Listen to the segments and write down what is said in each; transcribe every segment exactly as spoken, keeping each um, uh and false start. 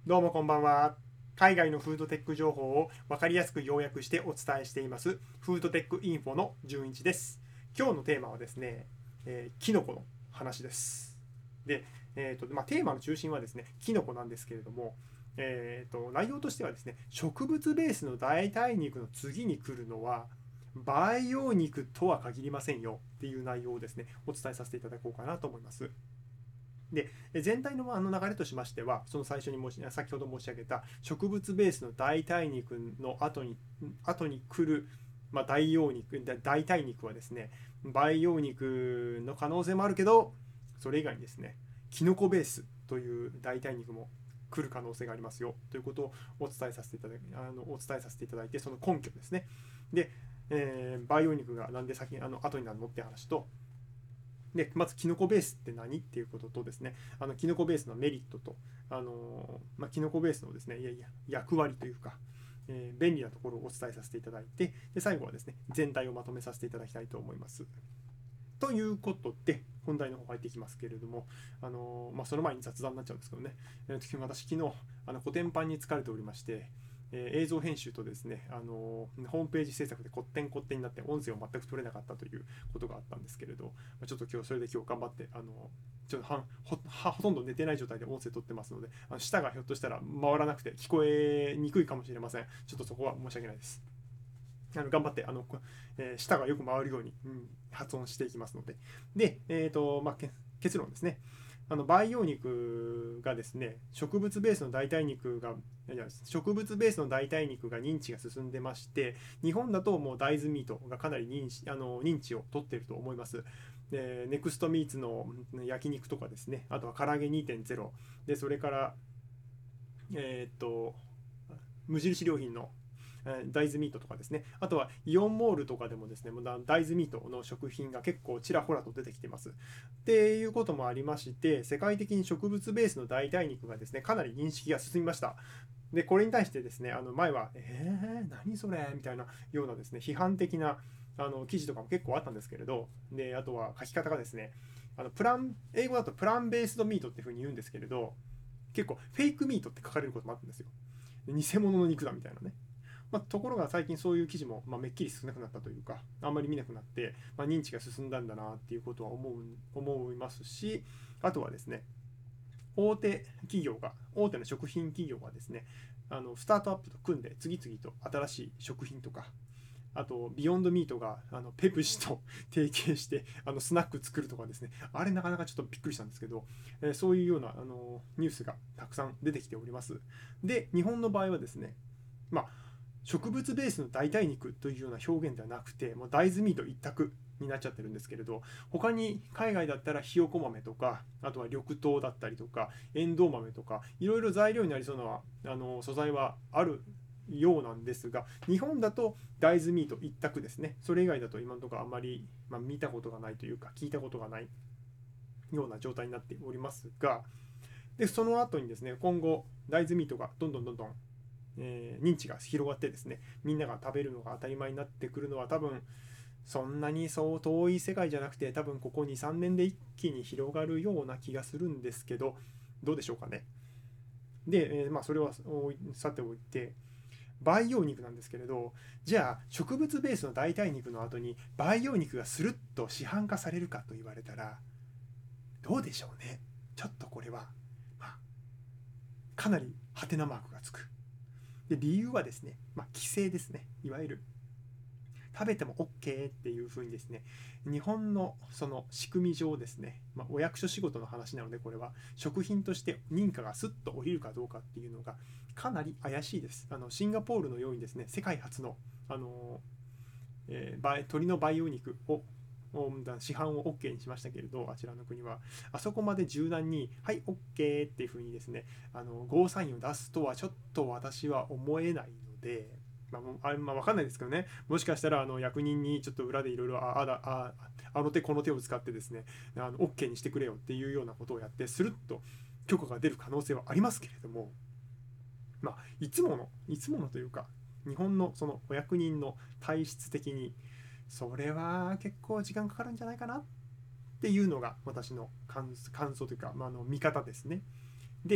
どうもこんばんは。海外のフードテック情報を分かりやすく要約してお伝えしていますフードテックインフォの順一です。今日のテーマはですね、えー、キノコの話です。で、えーとまあ、テーマの中心はですね、キノコなんですけれども、えーと内容としてはですね、植物ベースの代替肉の次に来るのは培養肉とは限りませんよっていう内容をですね、お伝えさせていただこうかなと思います。で全体のあの流れとしましては、その最初に申し先ほど申し上げた植物ベースの代替肉の後に後に来る、まあ、代用肉代替肉はですね、培養肉の可能性もあるけど、それ以外にですね、キノコベースという代替肉も来る可能性がありますよということをお伝えさせていただきあのお伝えさせていただいて、その根拠ですね。で、えー培養肉がなんで先あの後になるのって話と、でまずキノコベースって何っていうこととですね、あのキノコベースのメリットと、あのまあ、キノコベースのですね、いやいや役割というか、えー便利なところをお伝えさせていただいて、で最後はですね、全体をまとめさせていただきたいと思います。ということで本題の方入っていきますけれども、あのまあ、その前に雑談になっちゃうんですけどね、えー、私昨日あのコテンパンに疲れておりまして、えー映像編集とですね、あのホームページ制作でこってんこってんになって音声を全く取れなかったということがあったんですけれど、まあ、ちょっと今日それで今日頑張って、あのちょっとはほほとんど寝てない状態で音声取ってますので、あの舌がひょっとしたら回らなくて聞こえにくいかもしれません。ちょっとそこは申し訳ないです。あの頑張ってあの、えー舌がよく回るように、うん、発音していきますので。で、えーとまあ、結論ですね。あの培養肉がですね、植物ベースの代替肉がいや植物ベースの代替肉が認知が進んでまして、日本だともう大豆ミートがかなり認知あの認知を取っていると思います。でネクストミーツの焼肉とかですね、あとは唐揚げにてんゼロで、それからえーっと無印良品の大豆ミートとかですね、あとはイオンモールとかでもですね、大豆ミートの食品が結構ちらほらと出てきてます。っていうこともありまして、世界的に植物ベースの代替肉がですね、かなり認識が進みました。で、これに対してですね、あの前は、えー、何それみたいなようなですね、批判的なあの記事とかも結構あったんですけれど、で、あとは書き方がですね、あのプラン英語だとプランベースドミートっていうふうに言うんですけれど、結構フェイクミートって書かれることもあったんですよ。偽物の肉だみたいなね。まあ、ところが最近そういう記事も、まあ、めっきり少なくなったというか、あんまり見なくなって、まあ、認知が進んだんだなっていうことは思う思いますし、あとはですね、大手企業が、大手の食品企業がですね、あのスタートアップと組んで次々と新しい食品とか、あとビヨンドミートがあのペプシと提携してあのスナック作るとかですね、あれなかなかちょっとびっくりしたんですけど、えーそういうようなあのニュースがたくさん出てきております。で、日本の場合はですね、まあ、植物ベースの代替肉というような表現ではなくて、もう大豆ミート一択になっちゃってるんですけれど、他に海外だったらひよこ豆とか、あとは緑豆だったりとか、エンドウ豆とか、いろいろ材料になりそうなあの素材はあるようなんですが、日本だと大豆ミート一択ですね。それ以外だと今のところあまり、まあ、見たことがないというか、聞いたことがないような状態になっておりますが、でその後にですね、今後大豆ミートがどんどんどんどんえー認知が広がってですね、みんなが食べるのが当たり前になってくるのは多分そんなにそう遠い世界じゃなくて、多分ここにさんねんで一気に広がるような気がするんですけど、どうでしょうかね。で、えーまあ、それはさておいて、培養肉なんですけれど、じゃあ植物ベースの代替肉の後に培養肉がスルッと市販化されるかと言われたら、どうでしょうね。ちょっとこれは、まあ、かなりハテナマークがつく。で理由はですね、まあ、規制ですね。いわゆる食べても OK っていう風にですね、日本のその仕組み上ですね、まあ、お役所仕事の話なので、これは食品として認可がスッと降りるかどうかっていうのがかなり怪しいです。あのシンガポールのようにですね、世界初の、あのえー、鶏の培養肉を市販を OK にしましたけれど、あちらの国はあそこまで柔軟にはい OK っていう風にですね、あのゴーサインを出すとはちょっと私は思えないので、まあ、あまあ、分かんないですけどね、もしかしたらあの役人にちょっと裏でいろいろああああの手この手を使ってですね、あの OK にしてくれよっていうようなことをやってスルッと許可が出る可能性はありますけれども、まあ、いつものいつものというか、日本のそのお役人の体質的にそれは結構時間かかるんじゃないかなっていうのが私の感想というか、まあ、あの見方ですね。で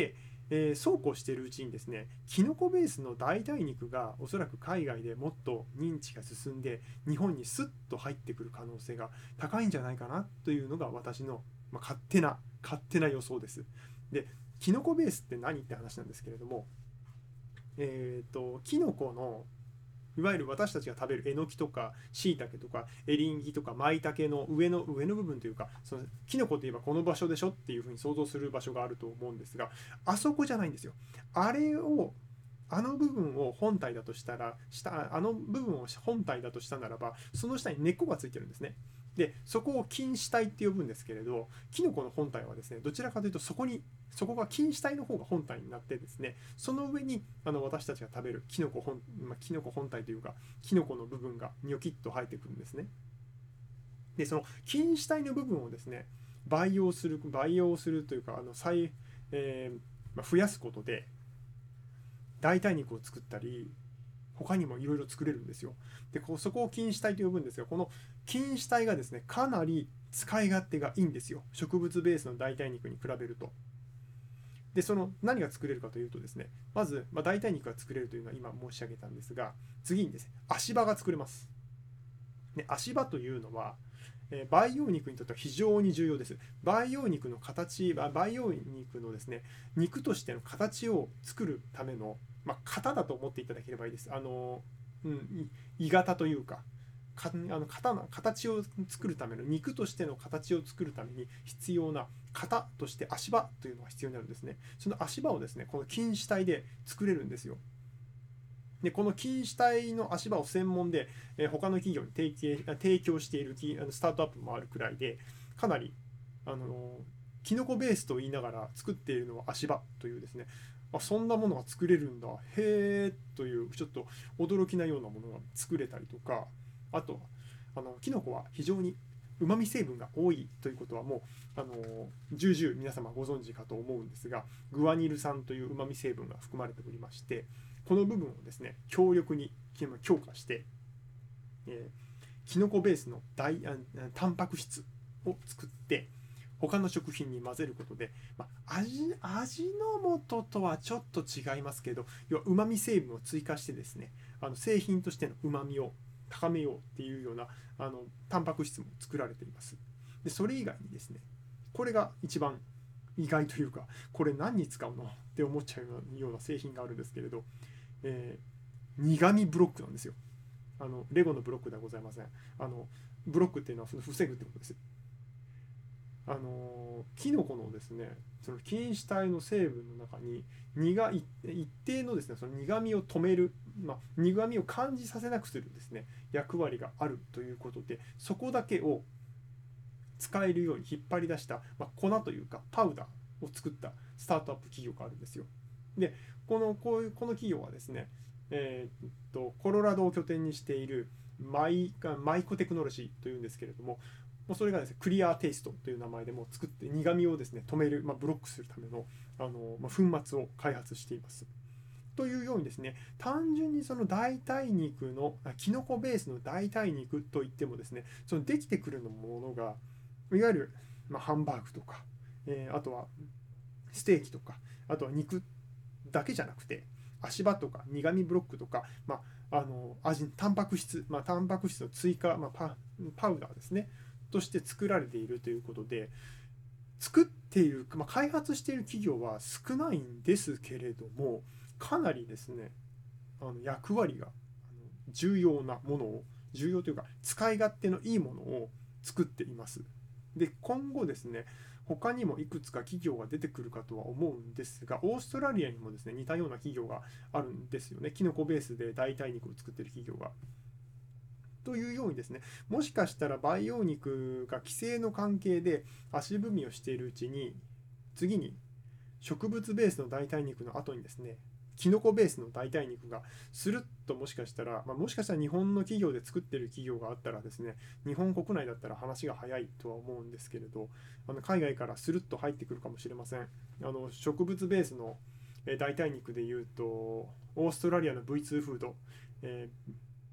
えーそうこうしているうちにですね、キノコベースの代替肉がおそらく海外でもっと認知が進んで日本にスッと入ってくる可能性が高いんじゃないかなというのが私の、まあ、勝手な勝手な予想です。で、キノコベースって何って話なんですけれども、えーと、キノコのいわゆる私たちが食べるえのきとかしいたけとかエリンギとかマイタケの上の上の部分というか、そのキノコといえばこの場所でしょっていうふうに想像する場所があると思うんですが、あそこじゃないんですよ。あれをあの部分を本体だとしたら下あの部分を本体だとしたならば、その下に根っこがついてるんですね。でそこを菌糸体って呼ぶんですけれど、キノコの本体はですね、どちらかというとそこにそこが菌糸体の方が本体になってですね、その上にあの私たちが食べるキノコ本、まあ、キノコ本体というかキノコの部分がニョキッと生えてくるんですね。でその菌糸体の部分をですね、培養する培養するというかあの再、えーまあ、増やすことで代替肉を作ったり他にもいろいろ作れるんですよ。でこうそこを菌糸体と呼ぶんですが、この菌糸体がですねかなり使い勝手がいいんですよ、植物ベースの代替肉に比べると。でその何が作れるかというとですね、まず、まあ、代替肉が作れるというのは今申し上げたんですが、次にですね足場が作れます。で足場というのは、えー培養肉にとっては非常に重要です。培養肉の形、培養肉のですね肉としての形を作るための、まあ、型だと思っていただければいいです。あの、うん、鋳型というか、かあの型の形を作るための、肉としての形を作るために必要な型として足場というのが必要になるんですね。その足場をですねこの菌糸体で作れるんですよ。でこの菌糸体の足場を専門で、えー他の企業に提携提供しているあのスタートアップもあるくらいで、かなりあのキノコベースと言いながら作っているのは足場というですね、あそんなものが作れるんだへーというちょっと驚きなようなものが作れたりとか、あとあのキノコは非常にうまみ成分が多いということはもうあの重々皆様ご存知かと思うんですが、グアニル酸といううまみ成分が含まれておりまして、この部分をですね強力に強化して、えー、キノコベースの大タンパク質を作って他の食品に混ぜることで、まあ、味味の素とはちょっと違いますけど、要はうまみ成分を追加してですね、あの製品としてのうまみを高めようっていうようなあのタンパク質も作られています。でそれ以外にですね、これが一番意外というか、これ何に使うのって思っちゃうような製品があるんですけれど、えー、苦味ブロックなんですよ。あのレゴのブロックではございません。あのブロックっていうのは防ぐってことです。あのキノコのですねその菌糸体の成分の中に苦い一定のですねその苦味を止める、まあ、苦味を感じさせなくするですね役割があるということで、そこだけを使えるように引っ張り出した、まあ、粉というかパウダーを作ったスタートアップ企業があるんですよ。でこのこういうこの企業はですね、えーっとコロラドを拠点にしているマイマイコテクノロジーというんですけれども、もうそれがですねクリアーテイストという名前でも作って苦味をですね止める、まあ、ブロックするためのあの、まあ、粉末を開発しています。というようにですね、単純にその代替肉のキノコベースの代替肉といってもですね、そのできてくるものがいわゆる、まあ、ハンバーグとか、えー、あとはステーキとか、あとは肉だけじゃなくて足場とか苦味ブロックとか、まあ、あの味タンパク質、まあ、タンパク質の追加、まあ、パ, パウダーですねとして作られているということで、作っている、まあ、開発している企業は少ないんですけれども、かなりですねあの役割が重要なものを、重要というか使い勝手のいいものを作っています。で今後ですね他にもいくつか企業が出てくるかとは思うんですが、オーストラリアにもですね似たような企業があるんですよね。キノコベースで代替肉を作っている企業が。というようにですね、もしかしたら培養肉が規制の関係で足踏みをしているうちに、次に植物ベースの代替肉の後にですねキノコベースの代替肉がスルッと、もしかしたら、まあ、もしかしたら日本の企業で作ってる企業があったらですね、日本国内だったら話が早いとは思うんですけれど、あの海外からスルッと入ってくるかもしれません。あの植物ベースの代替肉でいうとオーストラリアの ブイツー フード、えー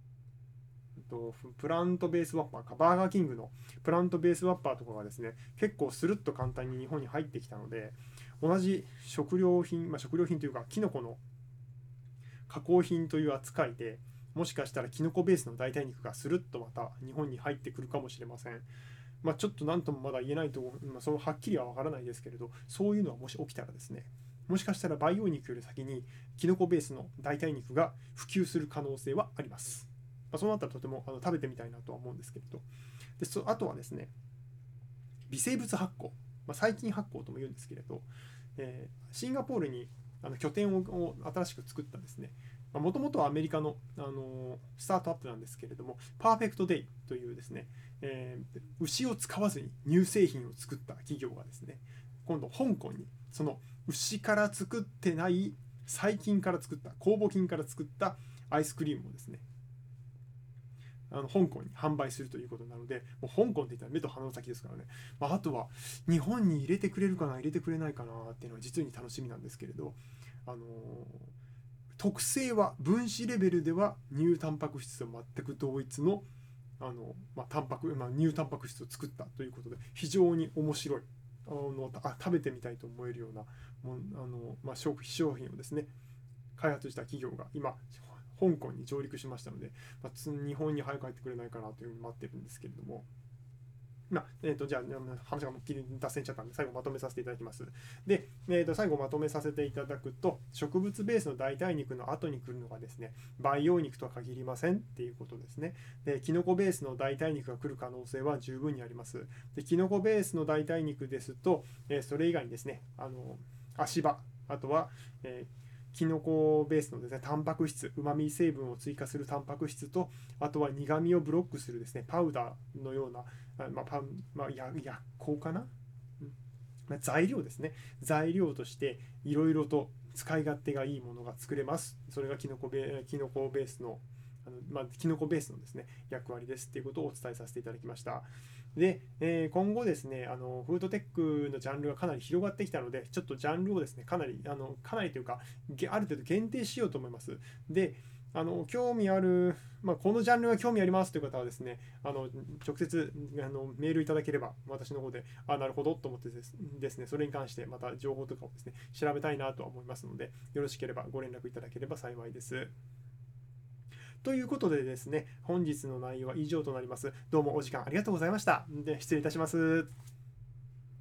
プラントベースワッパーか、バーガーキングのプラントベースワッパーとかがですね結構スルッと簡単に日本に入ってきたので、 同じ食料品、まあ、食料品というかキノコの加工品という扱いで、もしかしたらキノコベースの代替肉がスルッとまた日本に入ってくるかもしれません。まあ、ちょっと何ともまだ言えないと、まあ、そのはっきりは分からないですけれど、そういうのはもし起きたらですね、もしかしたら培養肉より先にキノコベースの代替肉が普及する可能性はあります。まあ、そうなったらとてもあの食べてみたいなとは思うんですけれど、でそあとはですね、微生物発酵、まあ、細菌発酵とも言うんですけれど、えー、シンガポールにあの拠点をを新しく作ったですね、もともとはアメリカの、あのースタートアップなんですけれども、パーフェクトデイというですね、えー牛を使わずに乳製品を作った企業がですね、今度香港にその牛から作ってない細菌から作った酵母菌から作ったアイスクリームをですね、あの香港に販売するということなので、もう香港って言ったら目と鼻の先ですからね、まあ、あとは日本に入れてくれるかな入れてくれないかなっていうのは実に楽しみなんですけれど、あのー特性は分子レベルでは乳タンパク質と全く同一のあの、まあ、タンパク、まあ、乳タンパク質を作ったということで、非常に面白い、あのあ食べてみたいと思えるようなもあの、まあ、商品をですね開発した企業が今香港に上陸しましたので、まあ、日本に早く帰ってくれないかなというふうに待ってるんですけれども、まあえー、とじゃあ話が切り脱線しちゃったんで最後まとめさせていただきます。で、えー、と最後まとめさせていただくと、植物ベースの代替肉の後に来るのがですね、培養肉とは限りませんっていうことですね。で、キノコベースの代替肉が来る可能性は十分にあります。で、キノコベースの代替肉ですと、えー、それ以外にですね、あの足場、あとは、えーキノコベースのですね、タンパク質、うまみ成分を追加するタンパク質と、あとは苦味をブロックするですね、パウダーのような、まあパンまあ、薬効かな、まあ、材料ですね。材料としていろいろと使い勝手がいいものが作れます。それがキノコベキノコベースのあの、まあ、キノコベースのですね役割ですっていうことをお伝えさせていただきました。で、えー、今後ですね、あのフードテックのジャンルがかなり広がってきたので、ちょっとジャンルをですね、かなり、あのかなりというか、ある程度限定しようと思います。で、あの興味ある、まあ、このジャンルが興味ありますという方はですね、あの直接あのメールいただければ、私の方で、あ、なるほどと思ってですですね、それに関してまた情報とかをですね、調べたいなとは思いますので、よろしければご連絡いただければ幸いです。ということでですね、本日の内容は以上となります。どうもお時間ありがとうございました。で、失礼いたします。